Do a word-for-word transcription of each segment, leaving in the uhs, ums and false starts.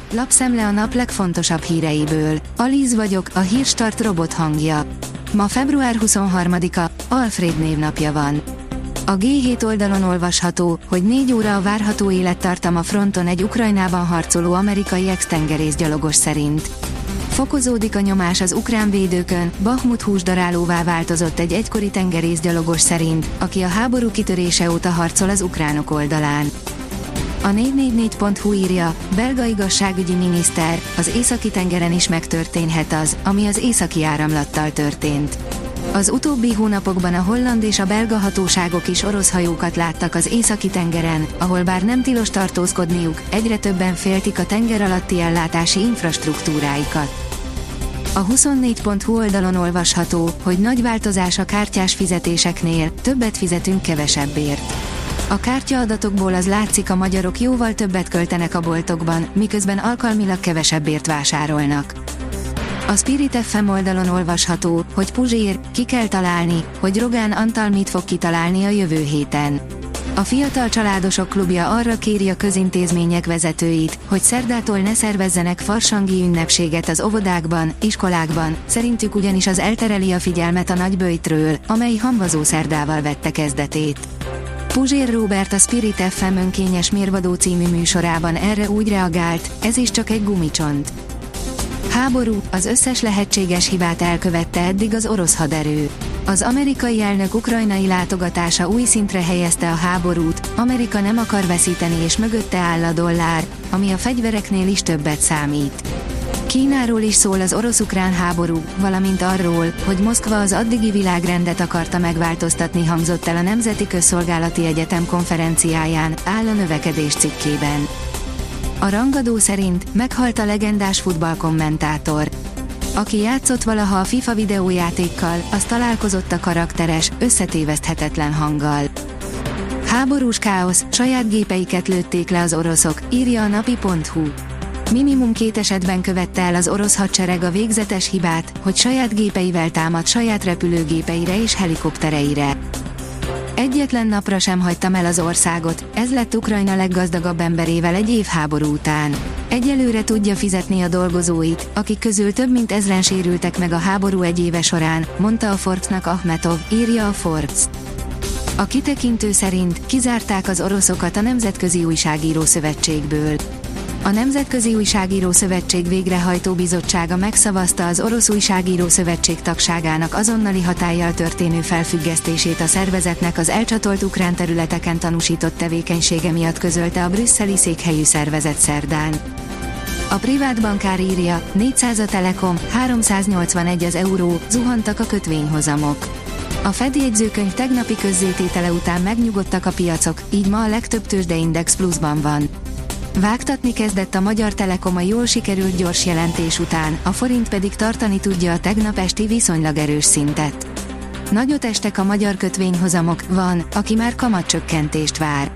lapszemle a nap legfontosabb híreiből. Alíz vagyok, a Hírstart robot hangja. Ma február huszonharmadika, Alfred névnapja van. A gé hét oldalon olvasható, hogy négy óra a várható élettartam a fronton egy Ukrajnában harcoló amerikai ex-tengerészgyalogos szerint. Fokozódik a nyomás az ukrán védőkön, Bahmut húsdarálóvá változott egy egykori tengerészgyalogos szerint, aki a háború kitörése óta harcol az ukránok oldalán. A négy négy négy pont hu írja, belga igazságügyi miniszter, az Északi-tengeren is megtörténhet az, ami az északi áramlattal történt. Az utóbbi hónapokban a holland és a belga hatóságok is orosz hajókat láttak az Északi-tengeren, ahol bár nem tilos tartózkodniuk, egyre többen féltik a tenger alatti ellátási infrastruktúráikat. A huszonnégy pont hu oldalon olvasható, hogy nagy változás a kártyás fizetéseknél, többet fizetünk kevesebbért. A kártyaadatokból az látszik, a magyarok jóval többet költenek a boltokban, miközben alkalmilag kevesebbért vásárolnak. A Spirit ef em oldalon olvasható, hogy Puzsér, ki kell találni, hogy Rogán Antal mit fog kitalálni a jövő héten. A Fiatal Családosok Klubja arra kéri a közintézmények vezetőit, hogy szerdától ne szervezzenek farsangi ünnepséget az óvodákban, iskolákban, szerintük ugyanis az eltereli a figyelmet a nagyböjtről, amely hamvazó szerdával vette kezdetét. Puzsér Róbert a Spirit ef em önkényes mérvadó című műsorában erre úgy reagált, ez is csak egy gumicsont. Háború, az összes lehetséges hibát elkövette eddig az orosz haderő. Az amerikai elnök ukrajnai látogatása új szintre helyezte a háborút, Amerika nem akar veszíteni és mögötte áll a dollár, ami a fegyvereknél is többet számít. Kínáról is szól az orosz-ukrán háború, valamint arról, hogy Moszkva az addigi világrendet akarta megváltoztatni, hangzott el a Nemzeti Közszolgálati Egyetem konferenciáján, áll a Növekedés cikkében. A rangadó szerint meghalt a legendás futballkommentátor. Aki játszott valaha a FIFA videójátékkal, az találkozott a karakteres, összetéveszthetetlen hanggal. Háborús káosz, saját gépeiket lőtték le az oroszok, írja a napi pont hu. Minimum két esetben követte el az orosz hadsereg a végzetes hibát, hogy saját gépeivel támad saját repülőgépeire és helikoptereire. Egyetlen napra sem hagytam el az országot, ez lett Ukrajna leggazdagabb emberével egy év háború után. Egyelőre tudja fizetni a dolgozóit, akik közül több mint ezren sérültek meg a háború egy éve során, mondta a Forbesnak Ahmetov, írja a Forbes. A kitekintő szerint kizárták az oroszokat a Nemzetközi Újságíró Szövetségből. A Nemzetközi Újságíró Szövetség végrehajtó bizottsága megszavazta az Orosz Újságíró Szövetség tagságának azonnali hatállyal történő felfüggesztését a szervezetnek az elcsatolt ukrán területeken tanúsított tevékenysége miatt, közölte a brüsszeli székhelyű szervezet szerdán. A privát bankár írja, négyszáz a Telekom, háromszáznyolcvanegy az euró, zuhantak a kötvényhozamok. A Fed jegyzőkönyv tegnapi közzététele után megnyugodtak a piacok, így ma a legtöbb tőzsdeindex pluszban van. Vágtatni kezdett a Magyar Telekom a jól sikerült gyors jelentés után, a forint pedig tartani tudja a tegnap esti viszonylag erős szintet. Nagyot estek a magyar kötvényhozamok, van, aki már kamatcsökkentést vár.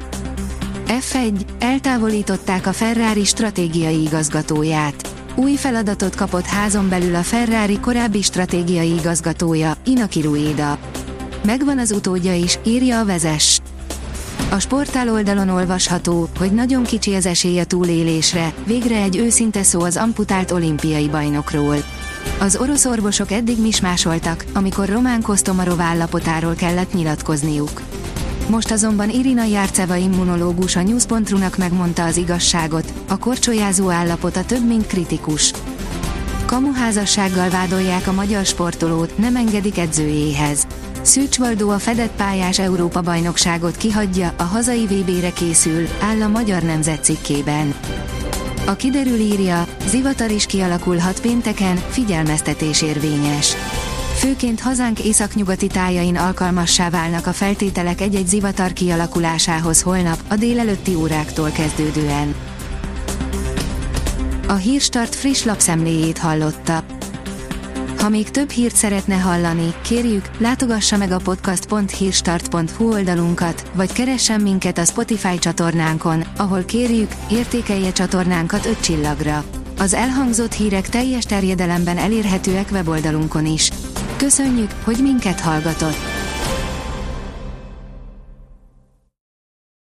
ef egy, eltávolították a Ferrari stratégiai igazgatóját. Új feladatot kapott házon belül a Ferrari korábbi stratégiai igazgatója, Inaki Rueda. Megvan az utódja is, írja a Vezess. A sportál oldalon olvasható, hogy nagyon kicsi az esély a túlélésre, végre egy őszinte szó az amputált olimpiai bajnokról. Az orosz orvosok eddig mismásoltak, amikor Román Kosztomarov állapotáról kellett nyilatkozniuk. Most azonban Irina Járceva immunológus a news pont ru-nak megmondta az igazságot, a korcsolyázó állapota több mint kritikus. Kamuházassággal vádolják a magyar sportolót, nem engedik edzőjéhez. Szűcs Valdó a fedett pályás Európa-bajnokságot kihagyja, a hazai vé bére készül, áll a Magyar Nemzet cikkében. A kiderül írja, zivatar is kialakulhat pénteken, figyelmeztetés érvényes. Főként hazánk északnyugati tájain alkalmassá válnak a feltételek egy-egy zivatar kialakulásához holnap, a délelőtti óráktól kezdődően. A Hírstart friss lapszemléjét hallotta. Ha még több hírt szeretne hallani, kérjük, látogassa meg a podcast pont hírstart pont hu oldalunkat, vagy keressen minket a Spotify csatornánkon, ahol kérjük, értékelje csatornánkat öt csillagra. Az elhangzott hírek teljes terjedelemben elérhetőek weboldalunkon is. Köszönjük, hogy minket hallgatott!